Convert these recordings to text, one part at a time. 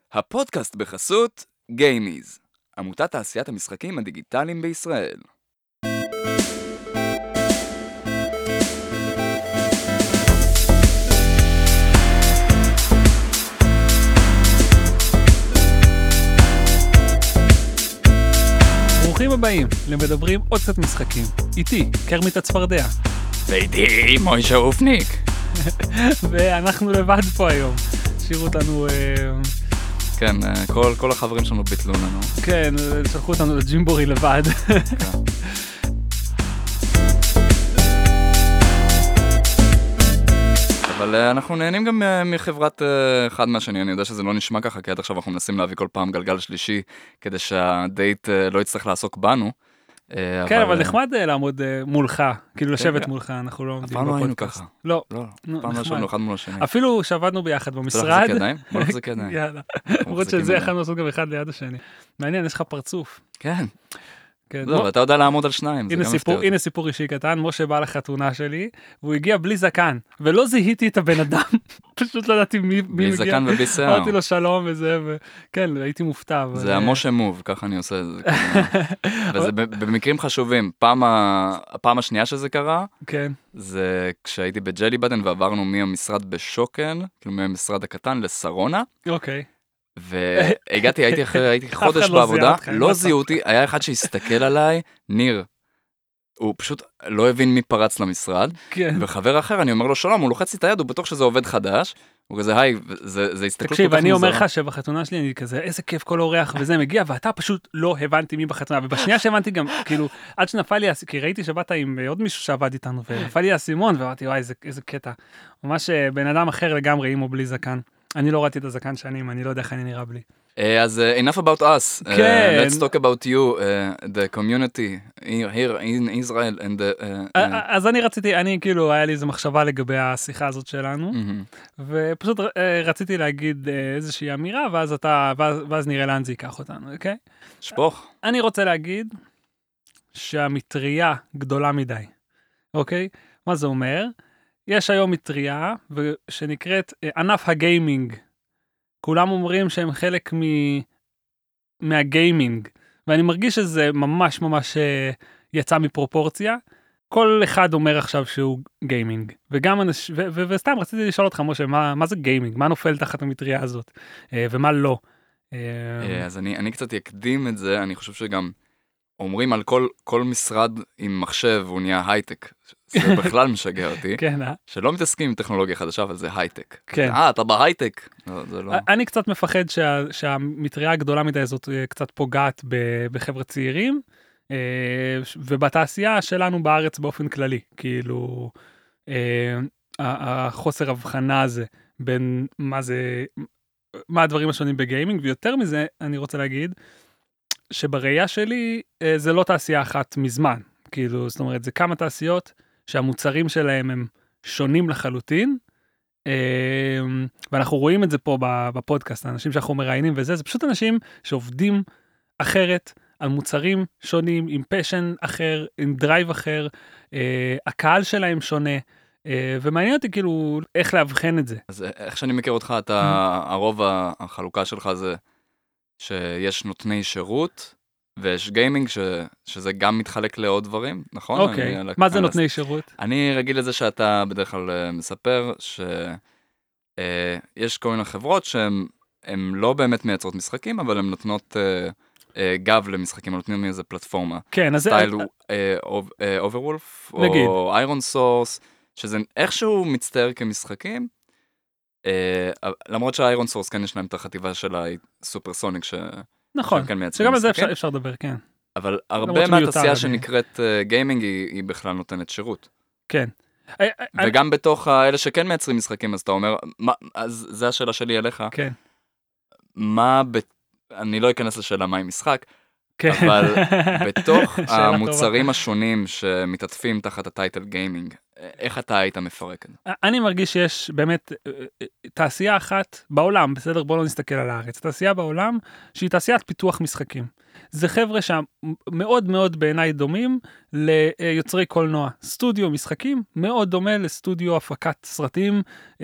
הפודקאסט בחסות גיימיז, עמותת תעשיית המשחקים הדיגיטליים בישראל. ברוכים הבאים למדברים עוד קצת משחקים. איתי, קרמית הצפרדע. ואיתי, מוישה אופניק. ואנחנו לבד פה היום. שירו אותנו... כן, כל החברים שלנו ביטלו לנו. כן, שלחו אותנו לג'ימבורי לבד. אבל אנחנו נהנים גם מחברת אחד מהשני. אני יודע שזה לא נשמע ככה, כי עד עכשיו אנחנו מנסים להביא כל פעם גלגל שלישי, כדי שהדייט לא יצטרך לעסוק בנו. כן, אבל נחמד לעמוד מולך, כאילו לשבת מולך, אנחנו לא עומדים בפודקאסט. פעם לא היינו ככה. לא. פעם לא ישבנו אחד מול השני. אפילו שעבדנו ביחד במשרד. בוא נחזיק ידיים? בוא נחזיק ידיים. יאללה. למרות שזה יכולנו לעשות גם אחד ליד השני. מעניין, יש לך פרצוף. כן. לא, אתה יודע לעמוד על שניים. הנה סיפור אישי קטן, משה בא לחתונה שלי, והוא הגיע בלי זקן, ולא זיהיתי את הבן אדם, פשוט לא ידעתי מי מגיע. בלי זקן ובלי שיער. אמרתי לו שלום וזה, וכן, הייתי מופתע. זה המשה מוב, ככה אני עושה את זה. וזה במקרים חשובים. הפעם השנייה שזה קרה, זה כשהייתי בג'לי בטן, ועברנו מהמשרד בשוקן, כאילו מהמשרד הקטן לסרונה. אוקיי. והגעתי, הייתי חודש בעבודה, לא זיהו אותי, היה אחד שהסתכל עליי, ניר, הוא פשוט לא הבין מי פרץ למשרד, וחבר אחר, אני אומר לו שלום, הוא לוחץ לי את היד, הוא בטוח שזה עובד חדש, הוא כזה, היי, זה הסתכלות כל כך מוזרה. תקשיב, אני אומר לך שבחתונה שלי אני כזה, איזה כיף כל אורח וזה מגיע, ואתה פשוט לא הבנתי מי בחתונה, ובשנייה שהבנתי גם, כאילו, עד שנפל לי, כי ראיתי שבאת עם עוד מישהו שעבד איתנו, ונפל לי הסימון, ואמרתי, וואי, איזה קטע. ממש בן אדם אחר לגמרי, עם או בלי זקן. אני לא ראיתי את הזקן שנים, אני לא יודע איך אני נראה בלי. אז enough about us. Let's talk about you, the community here in Israel. אז אני כאילו, היה לי איזו מחשבה לגבי השיחה הזאת שלנו, ופשוט רציתי להגיד איזושהי אמירה, ואז נראה לאן זה ייקח אותנו, אוקיי? שפוך. אני רוצה להגיד שהמטריה גדולה מדי, אוקיי? מה זה אומר? יש היום מטריה שנקראת ענף הגיימינג. כולם אומרים שהם חלק מהגיימינג, ואני מרגיש שזה ממש יצא מפרופורציה. כל אחד אומר עכשיו שהוא גיימינג, וסתם רציתי לשאול אותך, משה, מה זה גיימינג? מה נופל תחת המטריה הזאת? ומה לא? אז אני קצת אקדים את זה, אני חושב שגם אומרים על כל משרד עם מחשב, הוא נהיה הייטק. זה בכלל משגע אותי. כן, שלא מתעסקים עם טכנולוגיה חדשה, אבל זה הייטק. כן. אתה בהייטק. זה לא... אני קצת מפחד שהמטריה הגדולה מדי הזאת קצת פוגעת בחבר'ה צעירים, ובתעשייה שלנו בארץ באופן כללי. כאילו, החוסר הבחנה הזה בין מה הדברים השונים בגיימינג, ויותר מזה אני רוצה להגיד, שבראייה שלי זה לא תעשייה אחת מזמן. כאילו, זאת אומרת, זה כמה תעשיות שהמוצרים שלהם הם שונים לחלוטין, ואנחנו רואים את זה פה בפודקאסט, האנשים שאנחנו מראיינים וזה, זה פשוט אנשים שעובדים אחרת, על מוצרים שונים, עם פשן אחר, עם דרייב אחר, הקהל שלהם שונה, ומעניין אותי כאילו איך להבחן את זה. אז איך שאני מכיר אותך, הרוב החלוקה שלך זה שיש נותני שירות, ויש גיימינג שזה גם מתחלק לעוד דברים, נכון? אוקיי, מה זה נותני שירות? אני רגיל לזה שאתה בדרך כלל מספר שיש כל מיני חברות שהן לא באמת מייצרות משחקים, אבל הן נותנות גב למשחקים, נותנים איזה פלטפורמה. כן, אז... סטייל אוברוולף, או איירון סורס, שזה איכשהו מצטער כמשחקים, למרות שהאיירון סורס כן יש להם את החטיבה של הסופרסוניק נכון, שגם על זה אפשר לדבר, כן. אבל הרבה מהתעשייה שנקראת גיימינג היא בכלל נותנת שירות. כן. וגם בתוך האלה שכן מייצרים משחקים, אז אתה אומר, אז זה השאלה שלי אליך. כן. אני לא אכנס לשאלה מה היא משחק, אבל בתוך המוצרים השונים שמתעטפים תחת הטייטל גיימינג, איך אתה היית מפרק את זה? אני מרגיש שיש באמת תעשייה אחת בעולם, בסדר? בואו לא נסתכל על הארץ. תעשייה בעולם שהיא תעשיית פיתוח משחקים. זה חבר'ה שמאוד מאוד בעיניי דומים ליוצרי קולנוע. סטודיו משחקים מאוד דומה לסטודיו הפקת סרטים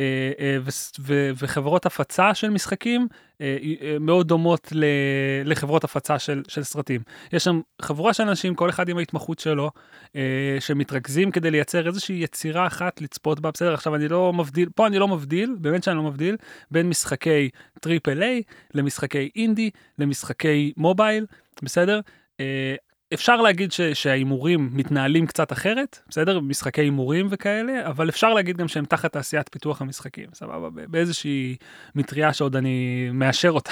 וחברות הפצה של משחקים מאוד דומות לחברות הפצה של סרטים. יש שם חבורה של אנשים, כל אחד עם ההתמחות שלו, שמתרכזים כדי לייצר איזושהי יצירה אחת לצפות בה. בסדר, עכשיו אני לא מבדיל, פה אני לא מבדיל, באמת שאני לא מבדיל, בין משחקי טריפל איי למשחקי אינדי, למשחקי מובייל, בסדר? אפשר להגיד שהאימורים מתנהלים קצת אחרת, בסדר? משחקי אימורים וכאלה, אבל אפשר להגיד גם שהם תחת תעשיית פיתוח המשחקים, סבבה? באיזושהי מטריה שעוד אני מאשר אותה.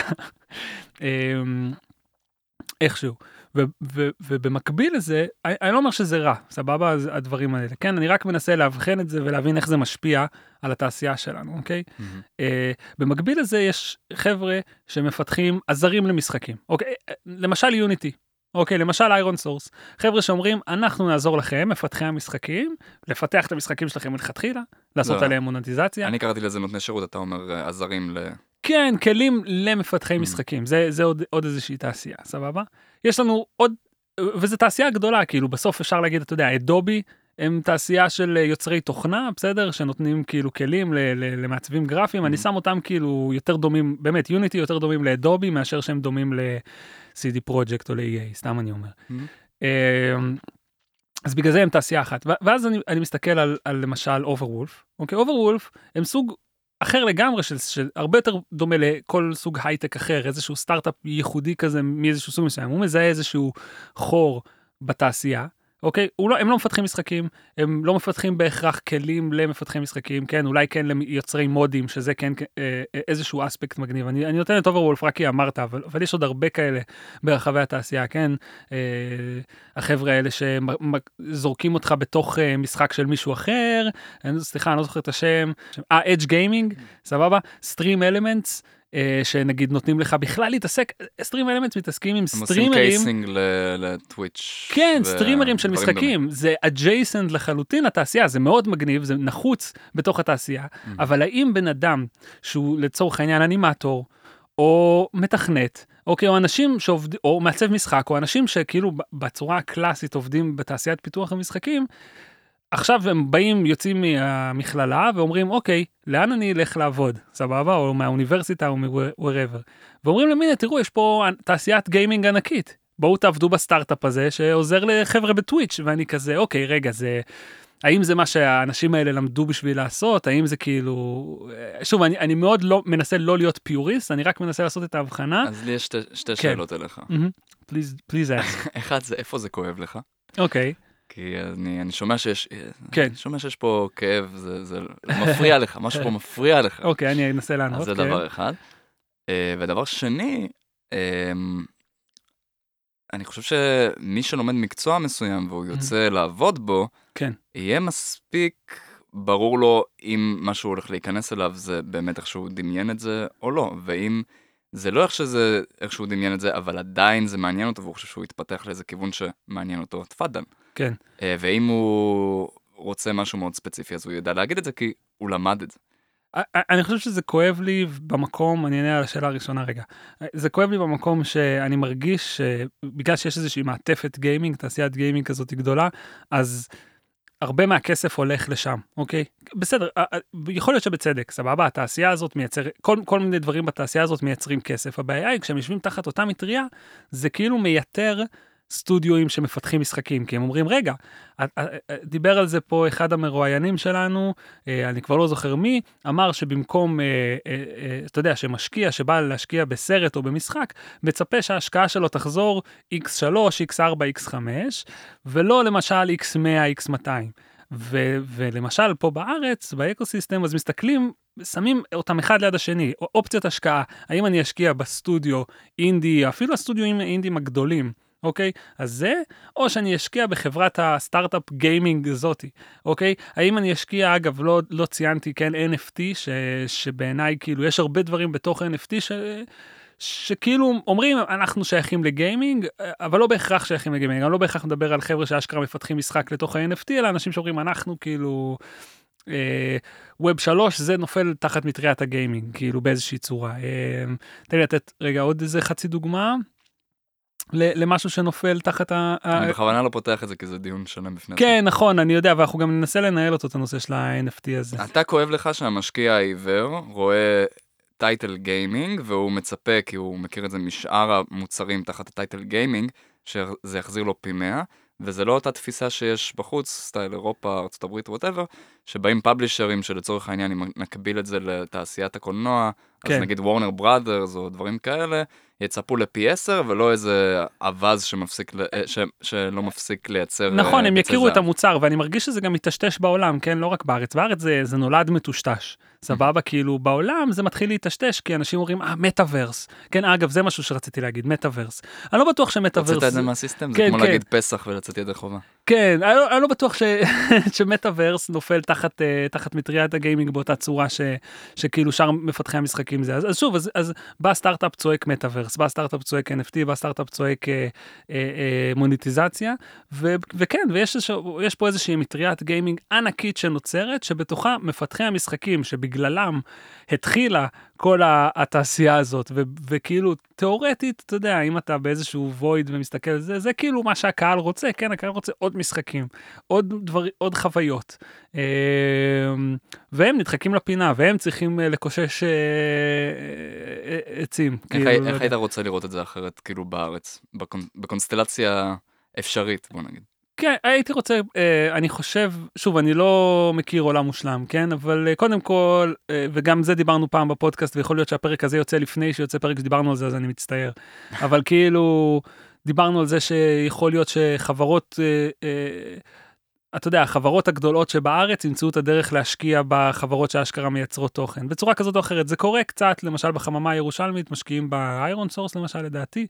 איכשהו. ובמקביל לזה, אני לא אומר שזה רע, סבבה? הדברים האלה. כן, אני רק מנסה להבחן את זה ולהבין איך זה משפיע על התעשייה שלנו, אוקיי? במקביל לזה יש חבר'ה שמפתחים עזרים למשחקים. אוקיי? למשל יוניטי. אוקיי, למשל איירון סורס, חבר'ה שאומרים, אנחנו נעזור לכם, מפתחי המשחקים, לפתח את המשחקים שלכם מלכתחילה, לעשות עליהם מונטיזציה. אני קראתי לזה נותני שירות, אתה אומר עזרים כן, כלים למפתחי משחקים, זה עוד איזושהי תעשייה, סבבה? יש לנו עוד, וזו תעשייה גדולה, כאילו בסוף אפשר להגיד, אתה יודע, אדובי, הם תעשייה של יוצרי תוכנה, בסדר? שנותנים כאילו כלים למעצבים גרפיים, אני שם אותם כאילו יותר דומים, באמת, יוניטי יותר דומים לאדובי, מאשר שהם דומים ל-CD Projekt או ל-EA, סתם אני אומר. אז בגלל זה הם תעשייה אחת. ואז אני מסתכל על למשל אוברוולף. אוקיי, אוברוולף הם סוג אחר לגמרי, של הרבה יותר דומה לכל סוג הייטק אחר, איזשהו סטארט-אפ ייחודי כזה מאיזשהו סוג מסוים. הוא מזהה איזשהו חור בתעשייה. אוקיי, הם לא מפתחים משחקים, הם לא מפתחים בהכרח כלים למפתחי משחקים, כן, אולי כן ליוצרי מודים, שזה כן איזשהו אספקט מגניב. אני נותן את אוברוולף רק כי אמרת, אבל יש עוד הרבה כאלה ברחבי התעשייה, כן, החבר'ה האלה שזורקים אותך בתוך משחק של מישהו אחר, סליחה, אני לא זוכר את השם, Edge Gaming, סבבה, Stream Elements, שנגיד נותנים לך בכלל להתעסק, סטרים אלמנטס מתעסקים עם סטרימרים. הם עושים קייסינג לטוויץ'. כן, סטרימרים של משחקים, זה adjacent לחלוטין לתעשייה, זה מאוד מגניב, זה נחוץ בתוך התעשייה, אבל האם בן אדם שהוא לצורך העניין אנימטור, או מתכנת, אוקיי, או אנשים שעובדים, או מעצב משחק, או אנשים שכאילו בצורה הקלאסית עובדים בתעשיית פיתוח המשחקים, עכשיו הם באים, יוצאים מהמכללה ואומרים, אוקיי, לאן אני אלך לעבוד? סבבה? או מהאוניברסיטה או מ-wherever. ואומרים למינה, תראו, יש פה תעשיית גיימינג ענקית. בואו תעבדו בסטארט-אפ הזה שעוזר לחבר'ה בטוויץ'. ואני כזה, אוקיי, רגע, האם זה מה שהאנשים האלה למדו בשביל לעשות? האם זה כאילו... שוב, אני מאוד מנסה לא להיות פיוריסט, אני רק מנסה לעשות את ההבחנה. אז לי יש שתי שאלות אליך. Please ask. אחד זה, איפה זה כואב לך? אוקיי. כי אני שומע שיש פה כאב, זה מפריע לך, משהו פה מפריע לך. אוקיי, אני אנסה לענות. אז זה דבר אחד. ודבר שני, אני חושב שמי שלומד מקצוע מסוים והוא יוצא לעבוד בו, יהיה מספיק ברור לו אם משהו הולך להיכנס אליו, זה באמת איך שהוא דמיין את זה או לא, ואם זה לא איך שהוא דמיין את זה, אבל עדיין זה מעניין אותו, והוא חושב שהוא יתפתח לאיזה כיוון שמעניין אותו, תפדל. כן. ואם הוא רוצה משהו מאוד ספציפי, אז הוא ידע להגיד את זה, כי הוא למד את זה. אני חושב שזה כואב לי במקום, אני אענה על השאלה הראשונה רגע, זה כואב לי במקום שאני מרגיש שבגלל שיש איזושהי מעטפת גיימינג, תעשיית גיימינג כזאת גדולה, אז הרבה מהכסף הולך לשם, אוקיי? בסדר, יכול להיות שבצדק, סבבה, התעשייה הזאת מייצר, כל מיני דברים בתעשייה הזאת מייצרים כסף, הבעיה היא כשהם יושבים תחת אותה מטריה, זה כאילו מייתר סטודיואים שמפתחים משחקים, כי הם אומרים, רגע, דיבר על זה פה אחד המרואיינים שלנו, אני כבר לא זוכר מי, אמר שבמקום, אתה יודע, שמשקיע, שבא להשקיע בסרט או במשחק, מצפה שההשקעה שלו תחזור X3, X4, X5, ולא למשל X100, X200. ולמשל פה בארץ, באקוסיסטם, אז מסתכלים, שמים אותם אחד ליד השני, אופציות השקעה, האם אני אשקיע בסטודיו אינדי, אפילו הסטודיו אינדים הגדולים, אוקיי? אז זה, או שאני אשקיע בחברת הסטארט-אפ גיימינג הזאתי, אוקיי? האם אני אשקיע, אגב, לא ציינתי, כן, NFT, שבעיניי, כאילו, יש הרבה דברים בתוך NFT שכאילו אומרים, אנחנו שייכים לגיימינג, אבל לא בהכרח שייכים לגיימינג, אני לא בהכרח מדבר על חבר'ה שאשכרה מפתחים משחק לתוך ה-NFT, אלא אנשים שאומרים, אנחנו כאילו, ווב 3 זה נופל תחת מטריית הגיימינג, כאילו באיזושהי צורה. תן לי לתת רגע עוד איזה חצי דוגמה, למשהו שנופל תחת אני בכוונה לא פותח את זה, כי זה דיון שלם בפני. כן, נכון, אני יודע, ואנחנו גם ננסה לנהל אותו, את הנושא של ה-NFT הזה. אתה כואב לך שהמשקיע העיוור רואה טייטל גיימינג, והוא מצפה, כי הוא מכיר את זה משאר המוצרים תחת הטייטל גיימינג, שזה יחזיר לו פי 100, וזה לא אותה תפיסה שיש בחוץ, סטייל אירופה, ארצות הברית, whatever, שבאים פאבלישרים שלצורך העניין, אם נקביל את זה לתעשיית הקולנוע, אז נגיד וורנר בראדרס או דברים כאלה, יצפו לפי 10 ולא איזה אבז שלא מפסיק לייצר. נכון, הם יכירו את המוצר, ואני מרגיש שזה גם מתשתש בעולם, כן? לא רק בארץ. בארץ זה נולד מטושטש. סבבה, כאילו בעולם זה מתחיל להתשתש, כי אנשים אומרים, מטאברס. כן, אגב, זה משהו שרציתי להגיד, מטאברס. אני לא בטוח שמטאברס... רצית את זה מהסיסטם? זה כמו להגיד פסח ולצאת ידי חובה. כן, אני לא בטוח שמטאברס נופל תחת מטריית הגיימינג באותה צורה שכאילו שאר מפתחי המשחקים זה. אז שוב, אז בא סטארט-אפ צועק מטאברס, בא סטארט-אפ צועק NFT, בא סטארט-אפ צועק מוניטיזציה, וכן, ויש פה איזושהי מטריית גיימינג ענקית שנוצרת, שבתוכה מפתחי המשחקים, שבגללם התחילה כל התעשייה הזאת, וכאילו, תיאורטית, אתה יודע, אם אתה באיזשהו וויד ומסתכל על זה, זה כאילו מה שהקהל רוצה, כן, הקהל רוצה עוד משחקים, עוד חוויות, והם נדחקים לפינה, והם צריכים לקושש עצים. איך היית רוצה לראות את זה אחרת, כאילו בארץ, בקונסטלציה אפשרית, בוא נגיד? כן, הייתי רוצה, אני חושב, שוב, אני לא מכיר עולם מושלם, כן? אבל קודם כל, וגם זה דיברנו פעם בפודקאסט, ויכול להיות שהפרק הזה יוצא לפני שיוצא פרק שדיברנו על זה, אז אני מצטער. אבל כאילו, דיברנו על זה שיכול להיות שחברות, אתה יודע, החברות הגדולות שבארץ ימצאו את הדרך להשקיע בחברות שהאשכרה מייצרות תוכן. בצורה כזאת או אחרת, זה קורה קצת, למשל בחממה הירושלמית, משקיעים באיירון סורס, למשל, לדעתי,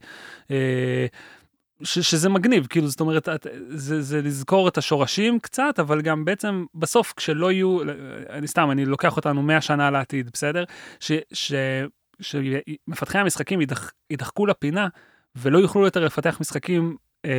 שזה מגניב, כאילו, זאת אומרת, זה לזכור את השורשים קצת, אבל גם בעצם בסוף, כשלא יהיו, אני לוקח אותנו 100 שנה לעתיד, בסדר? שמפתחי המשחקים ידחקו לפינה, ולא יוכלו יותר לפתח משחקים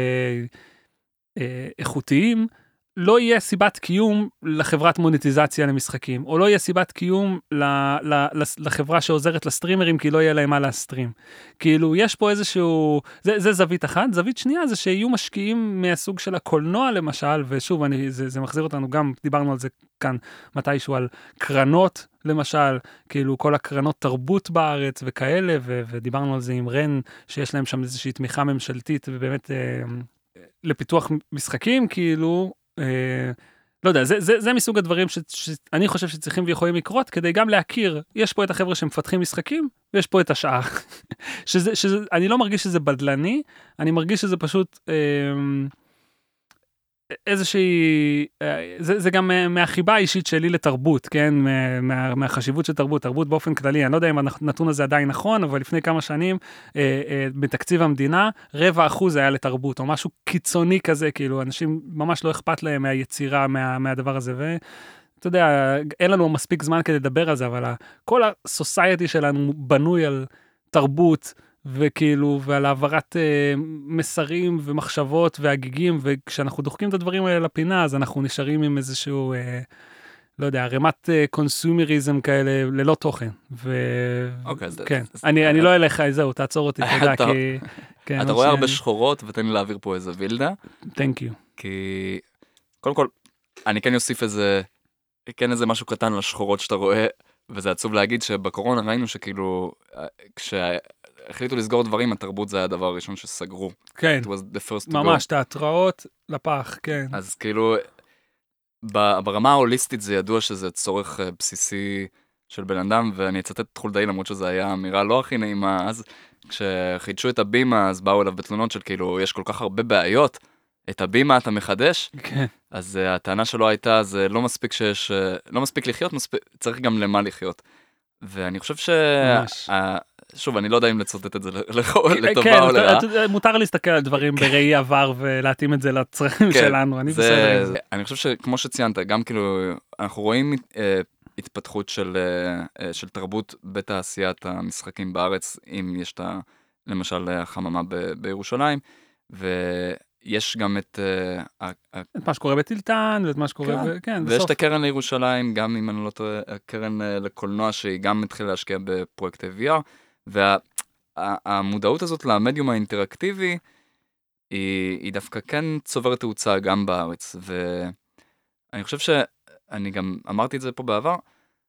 איכותיים, לא יהיה סיבת קיום לחברת מוניטיזציה למשחקים, או לא יהיה סיבת קיום לחברה שעוזרת לסטרימרים, כי לא יהיה להם מה להסטרים. כאילו, יש פה איזשהו, זה זווית אחת, זווית שנייה זה שיהיו משקיעים מהסוג של הקולנוע למשל, ושוב, זה מחזיר אותנו גם, דיברנו על זה כאן מתישהו, על קרנות למשל, כאילו כל הקרנות תרבות בארץ וכאלה, ודיברנו על זה עם רן, שיש להם שם איזושהי תמיכה ממשלתית, ובאמת לפיתוח משחקים, כאילו, לא יודע, זה מסוג הדברים שאני חושב שצריכים ויכולים לקרות, כדי גם להכיר, יש פה את החבר'ה שמפתחים משחקים, ויש פה את השאר. אני לא מרגיש שזה בדלני, אני מרגיש שזה פשוט איזושהי, זה גם מהחיבה האישית שלי לתרבות, כן? מהחשיבות של תרבות באופן כללי, אני לא יודע אם הנתון הזה עדיין נכון, אבל לפני כמה שנים, בתקציב המדינה, 0.25% היה לתרבות, או משהו קיצוני כזה, כאילו, אנשים ממש לא אכפת להם מהיצירה, מהדבר הזה, ואתה יודע, אין לנו מספיק זמן כדי לדבר על זה, אבל כל הסוסייטי שלנו בנוי על תרבות, וכאילו, ועל העברת מסרים ומחשבות והגיגים, וכשאנחנו דוחקים את הדברים האלה לפינה, אז אנחנו נשארים עם איזשהו, לא יודע, רמת קונסומריזם כאלה, ללא תוכן. אוקיי, אז... כן, אני לא אלך, זהו, תעצור אותי, תודה, כי... אתה רואה הרבה שחורות, ותן לי להעביר פה איזה וילדה. Thank you. כי, קודם כל, אני כן אוסיף איזה משהו קטן לשחורות שאתה רואה, וזה עצוב להגיד שבקורונה ראינו שכאילו, החליטו לסגור דברים, התרבות זה היה הדבר הראשון שסגרו. כן, ממש, תיאטראות לפח, כן. אז כאילו, ברמה ההוליסטית זה ידוע שזה צורך בסיסי של בן אדם, ואני אצטט את חולדאי, למרות שזו הייתה אמירה לא הכי נעימה, אז כשחידשו את הבימה, אז באו אליו בתלונות של כאילו, יש כל כך הרבה בעיות, את הבימה אתה מחדש, כן. אז הטענה שלו הייתה, זה לא מספיק לא מספיק לחיות, צריך גם למה לחיות. ואני חושב שוב, אני לא יודע אם לצוטט את זה לטובה או לרעה. כן, מותר להסתכל על דברים בראי עבר ולהתאים את זה לצרכים שלנו, אני בסדר עם זה. אני חושב שכמו שציינת, גם כאילו, אנחנו רואים התפתחות של תרבות בתעשיית המשחקים בארץ, אם יש למשל החממה בירושלים, ויש גם את מה שקורה בטילטן, ואת מה שקורה ויש את הקרן לירושלים, גם אם אני לא טועה, הקרן לקולנוע, שהיא גם מתחילה להשקיע בפרויקטי VR, והמודעות הזאת למדיום האינטראקטיבי, היא דווקא כן צוברת תאוצה גם בארץ, ואני חושב שאני גם אמרתי את זה פה בעבר,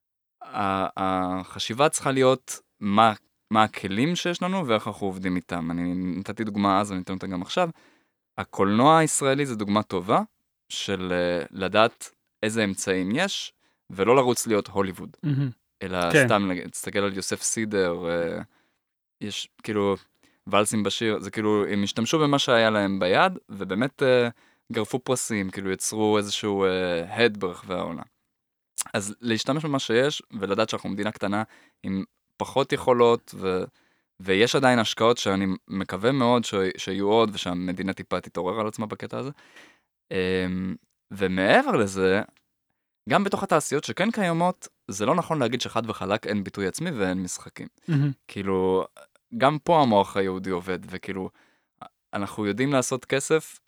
החשיבה צריכה להיות מה הכלים שיש לנו ואיך אנחנו עובדים איתם. אני נתתי דוגמה אז, אני אתן אותה גם עכשיו. הקולנוע הישראלי זה דוגמה טובה של לדעת איזה אמצעים יש, ולא לרוץ להיות הוליווד. אלא סתם תסתכל על יוסף סידר, יש כאילו ולסים בשיר, זה כאילו הם השתמשו במה שהיה להם ביד, ובאמת גרפו פרסים, כאילו יצרו איזשהו הד ברחבי העולם. אז להשתמש במה שיש, ולדעת שאנחנו מדינה קטנה עם פחות יכולות, ויש עדיין השקעות שאני מקווה מאוד שיהיו עוד, ושהמדינה טיפה תתעורר על עצמה בקטע הזה. ומעבר לזה, גם בתוך התעשיות שכן קיימות, זה לא נכון להגיד שחד וחלק אין ביטוי עצמי ואין משחקים. כאילו, גם פה המוח היהודי עובד, וכאילו, אנחנו יודעים לעשות כסף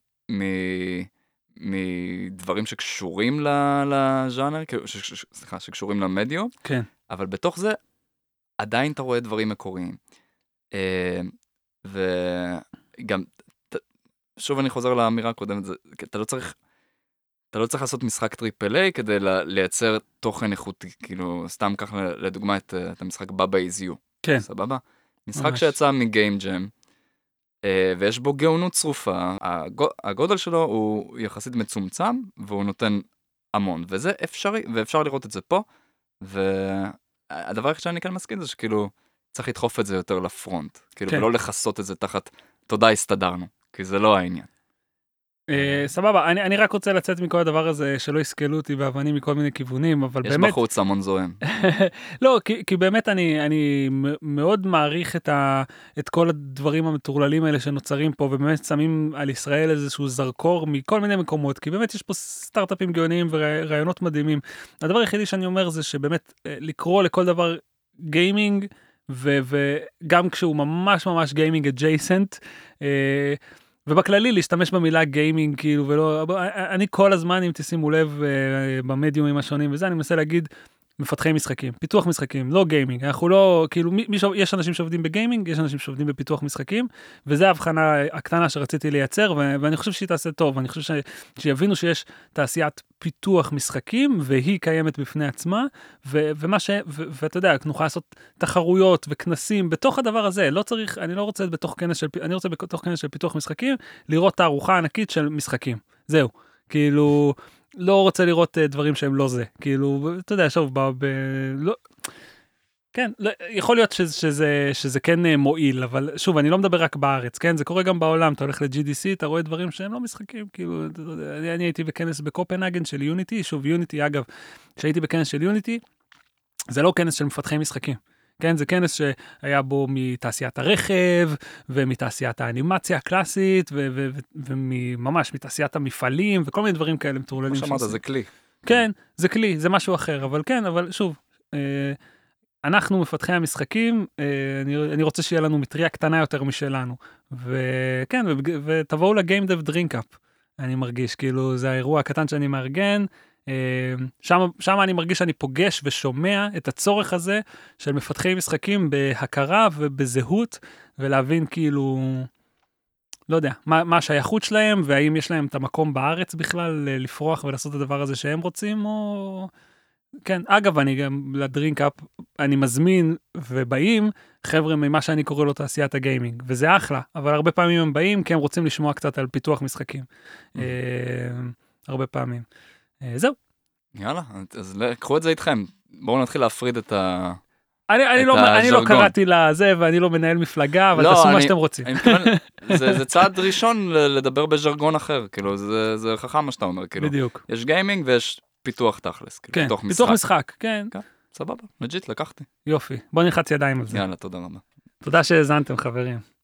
מדברים שקשורים לז'אנר, סליחה, שקשורים למדיו, כן. אבל בתוך זה, עדיין אתה רואה דברים מקוריים. וגם, שוב אני חוזר לאמירה הקודמת, אתה לא צריך לעשות משחק טריפל איי כדי לייצר תוכן איכותי, כאילו, סתם כך לדוגמה את המשחק בבא איז יו. כן. סבבה? משחק שיצא מגיים ג'ם, ויש בו גאונות צרופה, הגודל שלו הוא יחסית מצומצם, והוא נותן המון, וזה אפשרי, ואפשר לראות את זה פה, והדבר שאני כן מסכים זה שכאילו, צריך לדחוף את זה יותר לפרונט, כאילו, ולא לחסות את זה תחת, תודה, הסתדרנו, כי זה לא העניין. סבבה, אני רק רוצה לצאת מכל הדבר הזה, שלא יסכלו אותי באבנים מכל מיני כיוונים, אבל באמת... יש בחוץ המון זוהם. לא, כי באמת אני מאוד מעריך את כל הדברים המטורללים האלה שנוצרים פה, ובאמת שמים על ישראל איזשהו זרקור מכל מיני מקומות, כי באמת יש פה סטארט-אפים גאוניים ורעיונות מדהימים. הדבר היחידי שאני אומר זה שבאמת לקרוא לכל דבר גיימינג, וגם כשהוא ממש ממש גיימינג אג'ייסנט, ובכללי להשתמש במילה גיימינג, כאילו, ולא, אני כל הזמן, אם תשימו לב במדיומים השונים וזה, אני מנסה להגיד, מפתחי משחקים, פיתוח משחקים, לא גיימינג, אנחנו לא, כאילו, יש אנשים שעובדים בגיימינג, יש אנשים שעובדים בפיתוח משחקים, וזה ההבחנה הקטנה שרציתי לייצר, ואני חושב שהיא תעשה טוב, ואני חושב שיבינו שיש תעשיית פיתוח משחקים, והיא קיימת בפני עצמה, ואתה יודע, נוכל לעשות תחרויות וכנסים בתוך הדבר הזה, לא צריך, אני רוצה בתוך כנס של פיתוח משחקים, לראות תערוכה ענקית של משחקים, זהו, כאילו, לא רוצה לראות דברים שהם לא זה, כאילו, אתה יודע, שוב, לא, כן, יכול להיות שזה כן מועיל, אבל שוב, אני לא מדבר רק בארץ, כן, זה קורה גם בעולם, אתה הולך ל-GDC, אתה רואה דברים שהם לא משחקים, כאילו, אני הייתי בכנס בקופנהגן של יוניטי, שוב, יוניטי, אגב, כשהייתי בכנס של יוניטי, זה לא כנס של מפתחי משחקים, כן, זה כנס שהיה בו מתעשיית הרכב, ומתעשיית האנימציה הקלאסית, וממש מתעשיית המפעלים, וכל מיני דברים כאלה מטורללים. כמו שאמרת, זה כלי. כן, זה כלי, זה משהו אחר, אבל כן, אבל שוב, אנחנו מפתחי המשחקים, אני רוצה שיהיה לנו מטריה קטנה יותר משלנו, וכן, ותבואו לגיים דב דרינק-אפ, אני מרגיש, כאילו, זה האירוע הקטן שאני מארגן, שם אני מרגיש שאני פוגש ושומע את הצורך הזה של מפתחי משחקים בהכרה ובזהות, ולהבין כאילו, לא יודע, מה השייכות שלהם, והאם יש להם את המקום בארץ בכלל לפרוח ולעשות את הדבר הזה שהם רוצים, או... כן, אגב, אני גם לדרינק-אפ, אני מזמין ובאים חבר'ה ממה שאני קורא לו תעשיית הגיימינג, וזה אחלה, אבל הרבה פעמים הם באים כי הם רוצים לשמוע קצת על פיתוח משחקים. הרבה פעמים. זהו. יאללה, אז קחו את זה איתכם. בואו נתחיל להפריד את אני לא קראתי לזה, ואני לא מנהל מפלגה, אבל תעשו מה שאתם רוצים. זה צעד ראשון לדבר בז'רגון אחר, כאילו, זה חכם מה שאתה אומר, כאילו. בדיוק. יש גיימינג ויש פיתוח תכלס, כן, פיתוח משחק, כן. סבבה, לג'יט, לקחתי. יופי, בוא נלחץ ידיים על זה. יאללה, תודה רבה. תודה שהאזנתם, חברים.